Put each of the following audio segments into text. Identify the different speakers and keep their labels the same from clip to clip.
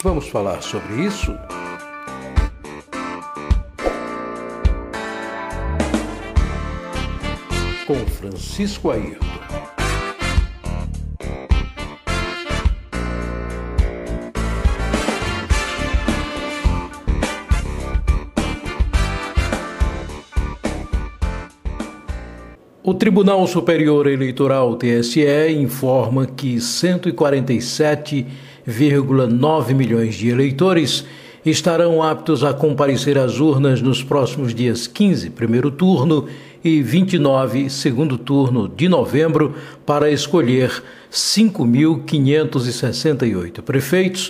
Speaker 1: Vamos falar sobre isso? Com Francisco Ayrton. O Tribunal Superior Eleitoral, TSE, informa que 147,9 milhões de eleitores estarão aptos a comparecer às urnas nos próximos dias 15, primeiro turno, e 29, segundo turno de novembro, para escolher 5.568 prefeitos,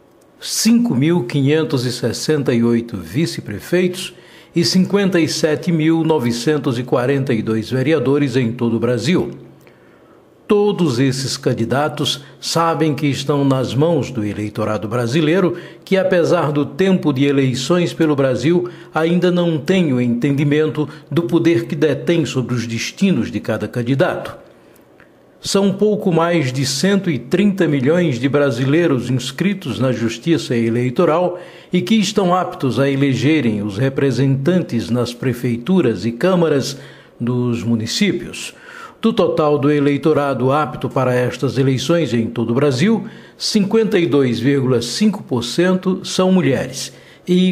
Speaker 1: 5.568 vice-prefeitos e 57.942 vereadores em todo o Brasil. Todos esses candidatos sabem que estão nas mãos do eleitorado brasileiro, que apesar do tempo de eleições pelo Brasil, ainda não tem o entendimento do poder que detém sobre os destinos de cada candidato. São pouco mais de 130 milhões de brasileiros inscritos na Justiça Eleitoral e que estão aptos a elegerem os representantes nas prefeituras e câmaras dos municípios. Do total do eleitorado apto para estas eleições em todo o Brasil, 52,5% são mulheres e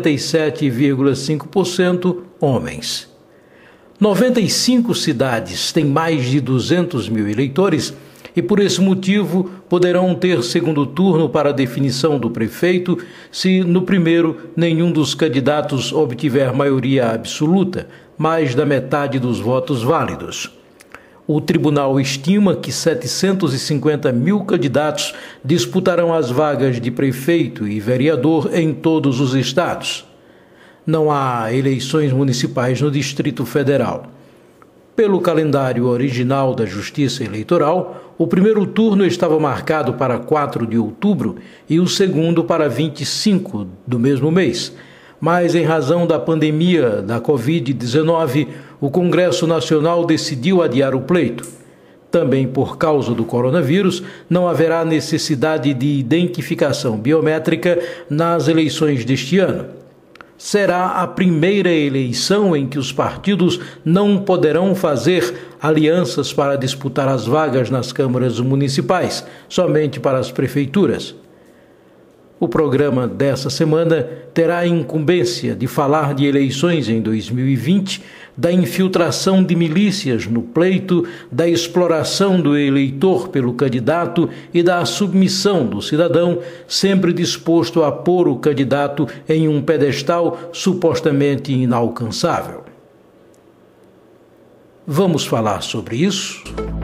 Speaker 1: 47,5% homens. 95 cidades têm mais de 200 mil eleitores e, por esse motivo, poderão ter segundo turno para a definição do prefeito se, no primeiro, nenhum dos candidatos obtiver maioria absoluta, mais da metade dos votos válidos. O tribunal estima que 750 mil candidatos disputarão as vagas de prefeito e vereador em todos os estados. Não há eleições municipais no Distrito Federal. Pelo calendário original da Justiça Eleitoral, o primeiro turno estava marcado para 4 de outubro e o segundo para 25 do mesmo mês. Mas, em razão da pandemia da Covid-19, o Congresso Nacional decidiu adiar o pleito. Também por causa do coronavírus, não haverá necessidade de identificação biométrica nas eleições deste ano. Será a primeira eleição em que os partidos não poderão fazer alianças para disputar as vagas nas câmaras municipais, somente para as prefeituras. O programa dessa semana terá a incumbência de falar de eleições em 2020, da infiltração de milícias no pleito, da exploração do eleitor pelo candidato e da submissão do cidadão, sempre disposto a pôr o candidato em um pedestal supostamente inalcançável. Vamos falar sobre isso?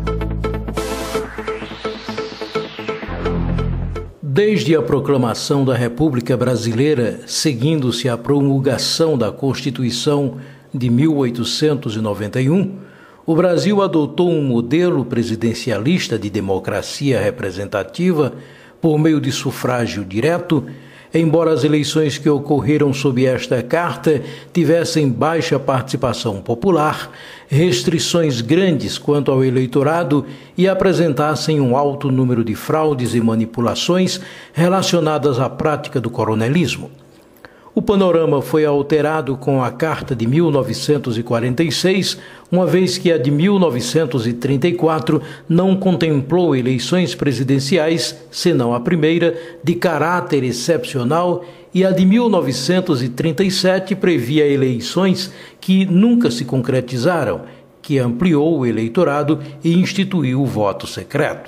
Speaker 1: Desde a proclamação da República Brasileira, seguindo-se a promulgação da Constituição de 1891, o Brasil adotou um modelo presidencialista de democracia representativa por meio de sufrágio direto, embora as eleições que ocorreram sob esta carta tivessem baixa participação popular, restrições grandes quanto ao eleitorado e apresentassem um alto número de fraudes e manipulações relacionadas à prática do coronelismo. O panorama foi alterado com a Carta de 1946, uma vez que a de 1934 não contemplou eleições presidenciais, senão a primeira, de caráter excepcional, e a de 1937 previa eleições que nunca se concretizaram, que ampliou o eleitorado e instituiu o voto secreto.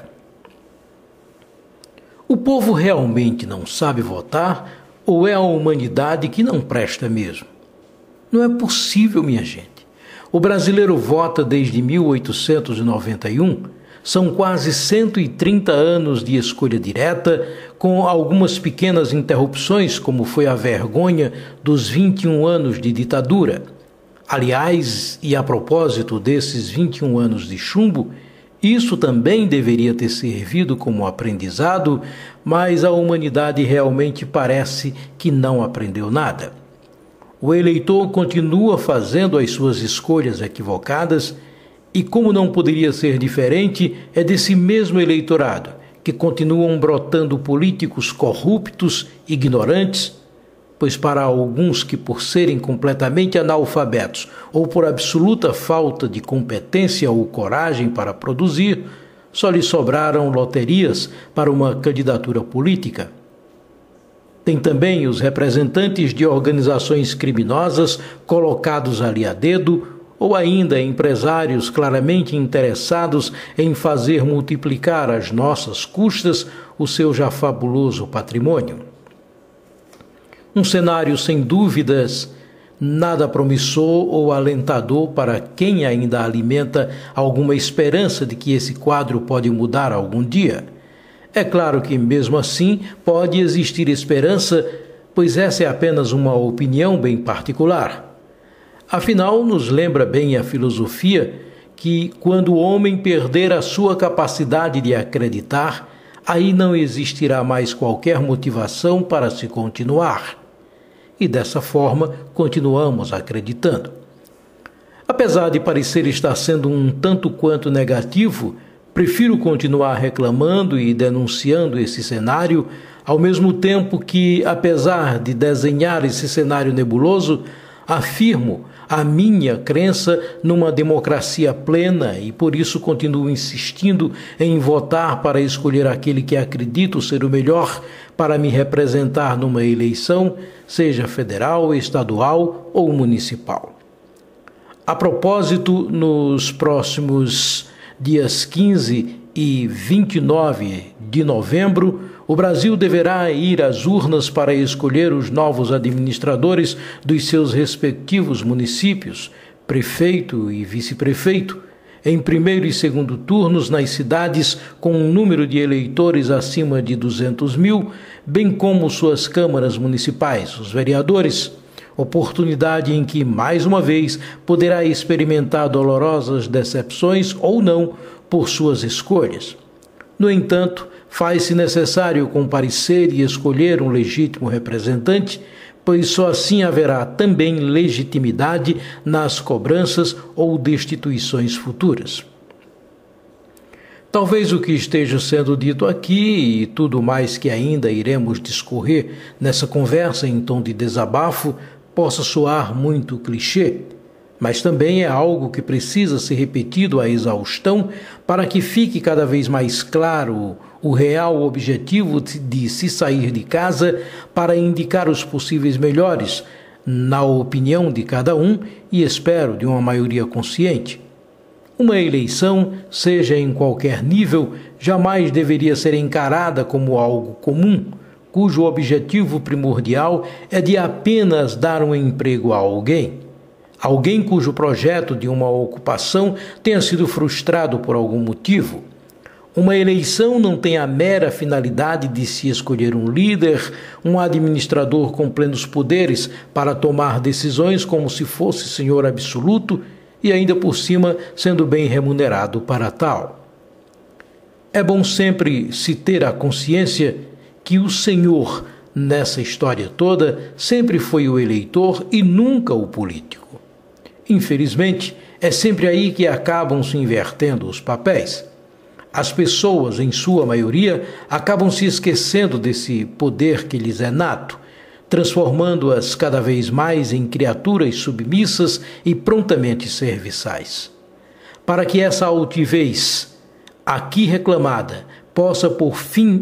Speaker 1: O povo realmente não sabe votar? Ou é a humanidade que não presta mesmo? Não é possível, minha gente. O brasileiro vota desde 1891, são quase 130 anos de escolha direta, com algumas pequenas interrupções, como foi a vergonha dos 21 anos de ditadura. Aliás, e a propósito desses 21 anos de chumbo, isso também deveria ter servido como aprendizado, mas a humanidade realmente parece que não aprendeu nada. O eleitor continua fazendo as suas escolhas equivocadas e, como não poderia ser diferente, é desse mesmo eleitorado que continuam brotando políticos corruptos, ignorantes, pois para alguns que por serem completamente analfabetos ou por absoluta falta de competência ou coragem para produzir, só lhes sobraram loterias para uma candidatura política. Tem também os representantes de organizações criminosas colocados ali a dedo, ou ainda empresários claramente interessados em fazer multiplicar às nossas custas o seu já fabuloso patrimônio. Um cenário sem dúvidas nada promissor ou alentador para quem ainda alimenta alguma esperança de que esse quadro pode mudar algum dia. É claro que, mesmo assim, pode existir esperança, pois essa é apenas uma opinião bem particular. Afinal, nos lembra bem a filosofia que, quando o homem perder a sua capacidade de acreditar, aí não existirá mais qualquer motivação para se continuar. E dessa forma, continuamos acreditando. Apesar de parecer estar sendo um tanto quanto negativo, prefiro continuar reclamando e denunciando esse cenário, ao mesmo tempo que, apesar de desenhar esse cenário nebuloso, afirmo a minha crença numa democracia plena e por isso continuo insistindo em votar para escolher aquele que acredito ser o melhor para me representar numa eleição, seja federal, estadual ou municipal. A propósito, nos próximos dias 15 e 29 de novembro, o Brasil deverá ir às urnas para escolher os novos administradores dos seus respectivos municípios, prefeito e vice-prefeito, em primeiro e segundo turnos nas cidades com um número de eleitores acima de 200 mil, bem como suas câmaras municipais, os vereadores, oportunidade em que, mais uma vez, poderá experimentar dolorosas decepções ou não por suas escolhas. No entanto, faz-se necessário comparecer e escolher um legítimo representante, pois só assim haverá também legitimidade nas cobranças ou destituições futuras. Talvez o que esteja sendo dito aqui e tudo mais que ainda iremos discorrer nessa conversa em tom de desabafo possa soar muito clichê, mas também é algo que precisa ser repetido à exaustão para que fique cada vez mais claro o real objetivo de se sair de casa para indicar os possíveis melhores, na opinião de cada um e espero de uma maioria consciente. Uma eleição, seja em qualquer nível, jamais deveria ser encarada como algo comum, cujo objetivo primordial é de apenas dar um emprego a alguém. Alguém cujo projeto de uma ocupação tenha sido frustrado por algum motivo. Uma eleição não tem a mera finalidade de se escolher um líder, um administrador com plenos poderes para tomar decisões como se fosse senhor absoluto e ainda por cima sendo bem remunerado para tal. É bom sempre se ter a consciência que o senhor, nessa história toda, sempre foi o eleitor e nunca o político. Infelizmente, é sempre aí que acabam se invertendo os papéis. As pessoas, em sua maioria, acabam se esquecendo desse poder que lhes é nato, transformando-as cada vez mais em criaturas submissas e prontamente serviçais. Para que essa altivez, aqui reclamada, possa por fim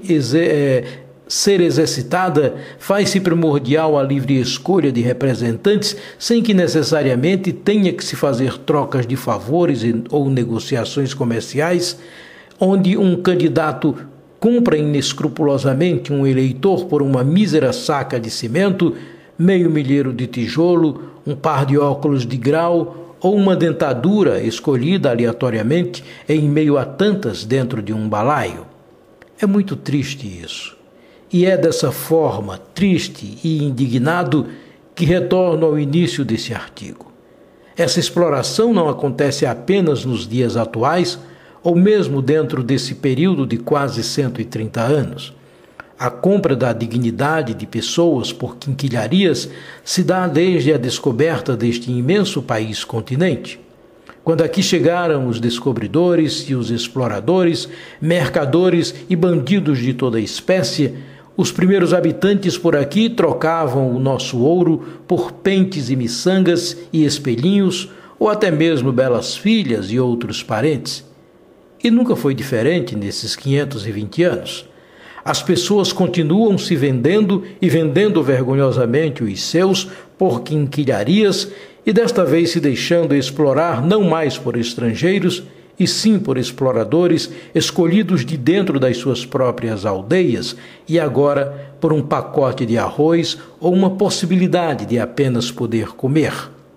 Speaker 1: ser exercitada, faz-se primordial a livre escolha de representantes sem que necessariamente tenha que se fazer trocas de favores ou negociações comerciais, onde um candidato compra inescrupulosamente um eleitor por uma mísera saca de cimento, meio milheiro de tijolo, um par de óculos de grau ou uma dentadura escolhida aleatoriamente em meio a tantas dentro de um balaio. É muito triste isso. E é dessa forma, triste e indignado, que retorno ao início desse artigo. Essa exploração não acontece apenas nos dias atuais, ou mesmo dentro desse período de quase 130 anos. A compra da dignidade de pessoas por quinquilharias se dá desde a descoberta deste imenso país-continente. Quando aqui chegaram os descobridores e os exploradores, mercadores e bandidos de toda espécie, os primeiros habitantes por aqui trocavam o nosso ouro por pentes e miçangas e espelhinhos, ou até mesmo belas filhas e outros parentes. E nunca foi diferente nesses 520 anos. As pessoas continuam se vendendo e vendendo vergonhosamente os seus por quinquilharias e desta vez se deixando explorar não mais por estrangeiros, e sim por exploradores escolhidos de dentro das suas próprias aldeias e agora por um pacote de arroz ou uma possibilidade de apenas poder comer.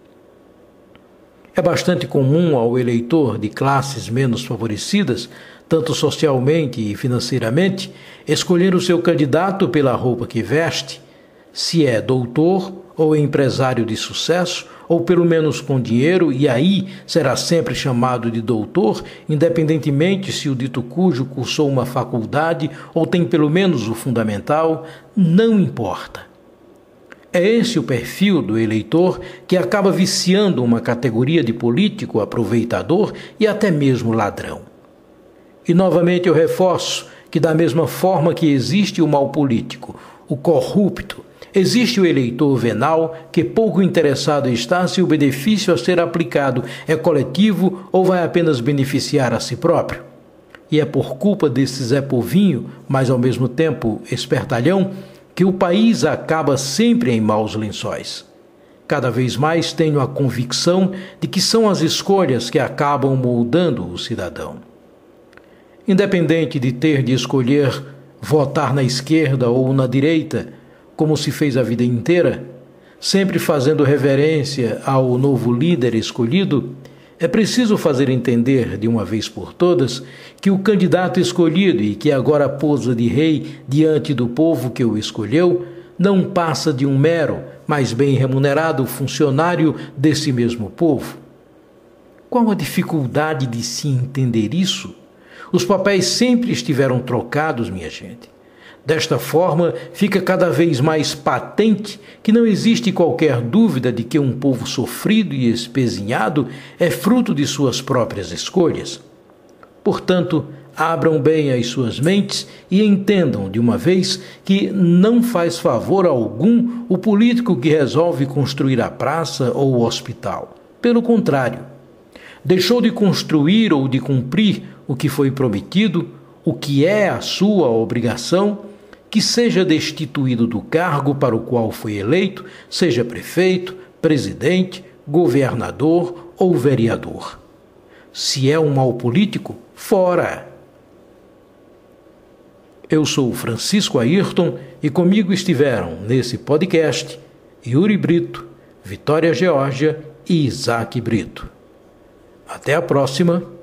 Speaker 1: É bastante comum ao eleitor de classes menos favorecidas, tanto socialmente e financeiramente, escolher o seu candidato pela roupa que veste, se é doutor ou empresário de sucesso, ou pelo menos com dinheiro, e aí será sempre chamado de doutor, independentemente se o dito cujo cursou uma faculdade ou tem pelo menos o fundamental, não importa. É esse o perfil do eleitor que acaba viciando uma categoria de político aproveitador e até mesmo ladrão. E novamente eu reforço que da mesma forma que existe o mal político, o corrupto, existe o eleitor venal que pouco interessado está se o benefício a ser aplicado é coletivo ou vai apenas beneficiar a si próprio. E é por culpa desse Zé Povinho, mas ao mesmo tempo espertalhão, que o país acaba sempre em maus lençóis. Cada vez mais tenho a convicção de que são as escolhas que acabam moldando o cidadão. Independente de ter de escolher votar na esquerda ou na direita, como se fez a vida inteira, sempre fazendo reverência ao novo líder escolhido, é preciso fazer entender de uma vez por todas que o candidato escolhido e que agora posa de rei diante do povo que o escolheu, não passa de um mero, mas bem remunerado funcionário desse mesmo povo. Qual a dificuldade de se entender isso? Os papéis sempre estiveram trocados, minha gente. Desta forma, fica cada vez mais patente que não existe qualquer dúvida de que um povo sofrido e espezinhado é fruto de suas próprias escolhas. Portanto, abram bem as suas mentes e entendam de uma vez que não faz favor algum o político que resolve construir a praça ou o hospital. Pelo contrário, deixou de construir ou de cumprir o que foi prometido, o que é a sua obrigação, que seja destituído do cargo para o qual foi eleito, seja prefeito, presidente, governador ou vereador. Se é um mau político, fora! Eu sou Francisco Ayrton e comigo estiveram, nesse podcast, Yuri Brito, Vitória Geórgia e Isaac Brito. Até a próxima!